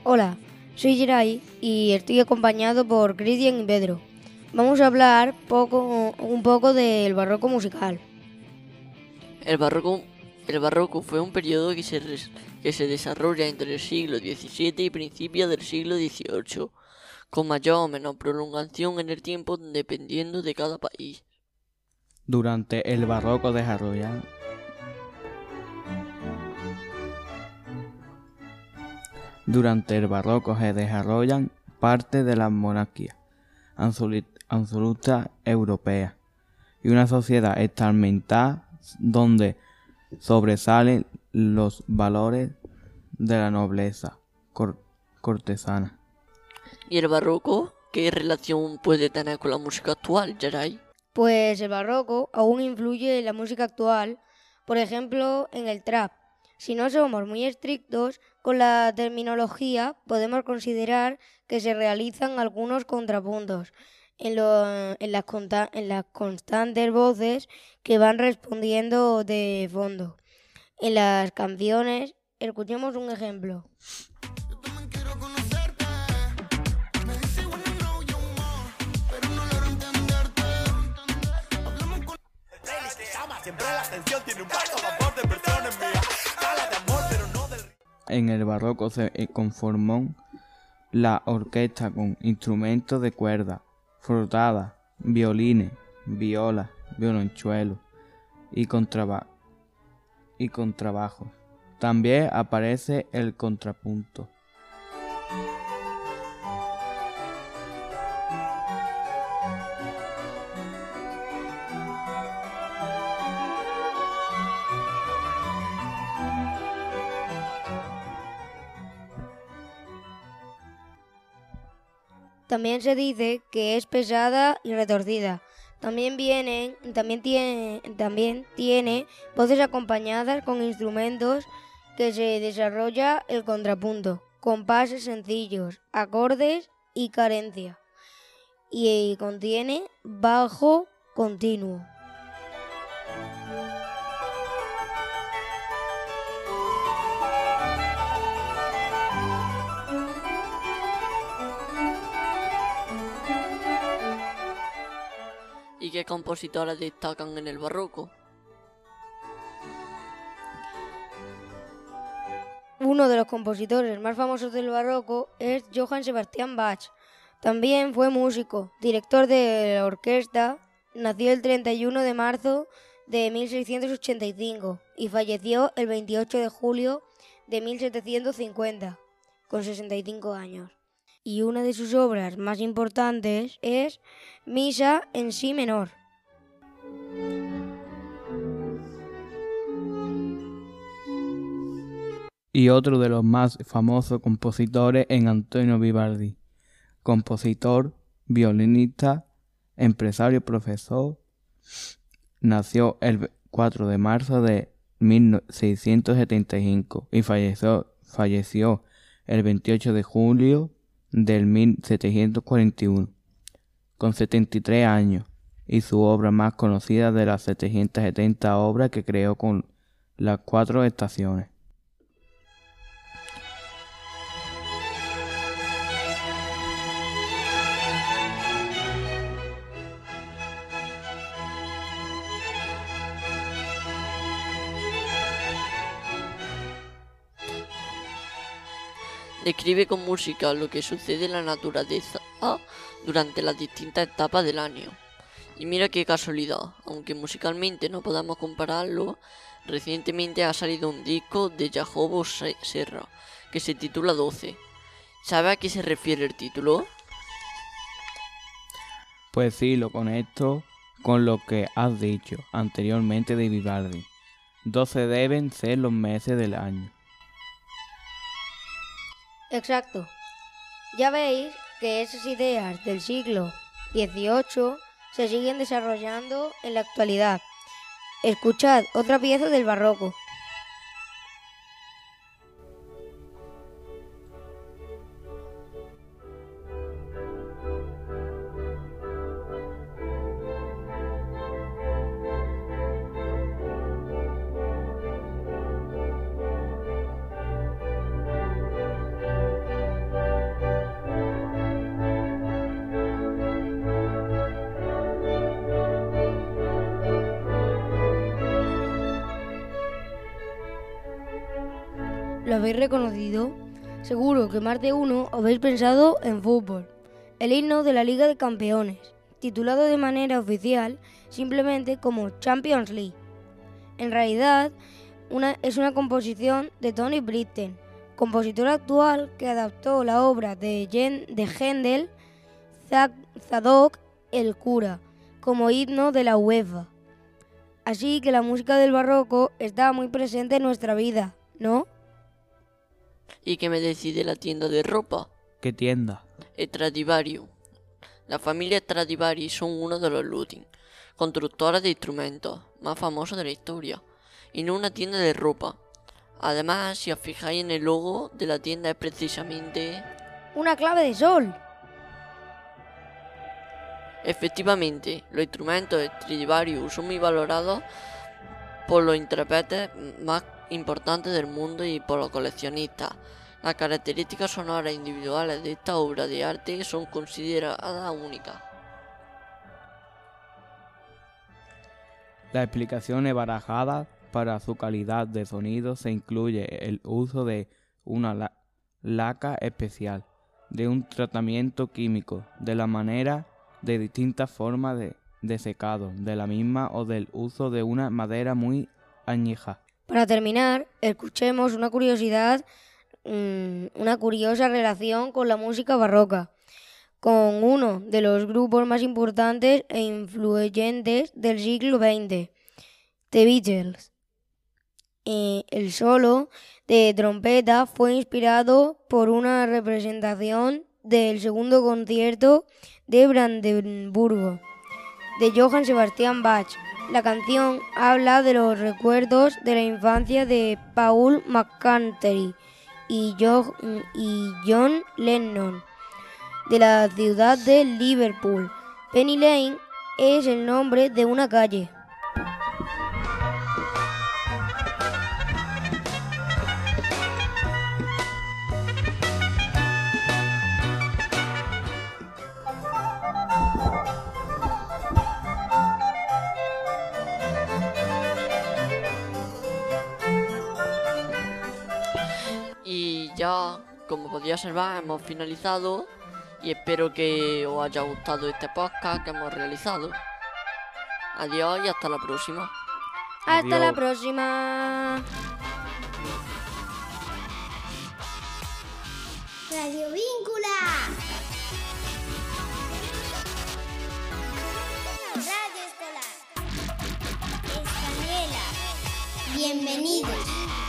Hola, soy Geray y estoy acompañado por Cristian y Pedro. Vamos a hablar un poco del barroco musical. El barroco fue un periodo que se desarrolla entre el siglo XVII y principios del siglo XVIII, con mayor o menor prolongación en el tiempo dependiendo de cada país. Durante el barroco se desarrollan parte de la monarquía absoluta europea y una sociedad estammental donde sobresalen los valores de la nobleza cortesana. ¿Y el barroco? ¿Qué relación puede tener con la música actual, Geray? Pues el barroco aún influye en la música actual, por ejemplo, en el trap. Si no somos muy estrictos con la terminología, podemos considerar que se realizan algunos contrapuntos en las constantes voces que van respondiendo de fondo. En las canciones, escuchemos un ejemplo. En el barroco se conformó la orquesta con instrumentos de cuerda, frotada, violines, violas, violonchuelos y contrabajos. También aparece el contrapunto. También se dice que es pesada y retorcida. También tiene voces acompañadas con instrumentos que se desarrolla el contrapunto, compases sencillos, acordes y cadencia. Y contiene bajo continuo. ¿Y qué compositores destacan en el barroco? Uno de los compositores más famosos del barroco es Johann Sebastian Bach. También fue músico, director de la orquesta, nació el 31 de marzo de 1685 y falleció el 28 de julio de 1750, con 65 años. Y una de sus obras más importantes es Misa en Si menor. Y otro de los más famosos compositores es Antonio Vivaldi, compositor, violinista, empresario, profesor. Nació el 4 de marzo de 1675 y falleció el 28 de julio del 1741, con 73 años, y su obra más conocida de las 770 obras que creó con las 4 estaciones. Describe con música lo que sucede en la naturaleza durante las distintas etapas del año. Y mira qué casualidad, aunque musicalmente no podamos compararlo, recientemente ha salido un disco de Jacobo Serra que se titula 12. ¿Sabe a qué se refiere el título? Pues sí, lo conecto con lo que has dicho anteriormente de Vivaldi. 12 deben ser los meses del año. Exacto. Ya veis que esas ideas del siglo XVIII se siguen desarrollando en la actualidad. Escuchad otra pieza del barroco. ¿lo habéis reconocido? Seguro que más de uno habéis pensado en fútbol. El himno de la Liga de Campeones, titulado de manera oficial simplemente como Champions League. En realidad, es una composición de Tony Britten, compositor actual que adaptó la obra de Händel, Zadok el cura, como himno de la UEFA. Así que la música del barroco está muy presente en nuestra vida, ¿no? ¿Y qué me decís de la tienda de ropa? ¿Qué tienda? Stradivario. La familia Stradivari son uno de los luthiers, constructores de instrumentos más famosos de la historia, y no una tienda de ropa. Además, si os fijáis en el logo de la tienda es precisamente... ¡una clave de sol! Efectivamente, los instrumentos de Stradivarius son muy valorados por los intérpretes más importantes del mundo y por los coleccionistas. Las características sonoras individuales de esta obra de arte son consideradas únicas. La explicación es barajada. Para su calidad de sonido se incluye el uso de una laca especial, de un tratamiento químico, de la manera de distintas formas de secado de la misma o del uso de una madera muy añeja. Para terminar, escuchemos una curiosa relación con la música barroca, con uno de los grupos más importantes e influyentes del siglo XX, The Beatles. El solo de trompeta fue inspirado por una representación del segundo concierto de Brandenburgo de Johann Sebastian Bach. La canción habla de los recuerdos de la infancia de Paul McCartney y John Lennon de la ciudad de Liverpool. Penny Lane es el nombre de una calle. Y ya, como podía observar, hemos finalizado y espero que os haya gustado este podcast que hemos realizado. Adiós y hasta la próxima. Hasta la Adiós. próxima. Radio Víncula. Radio Escolar. Española. Bienvenidos.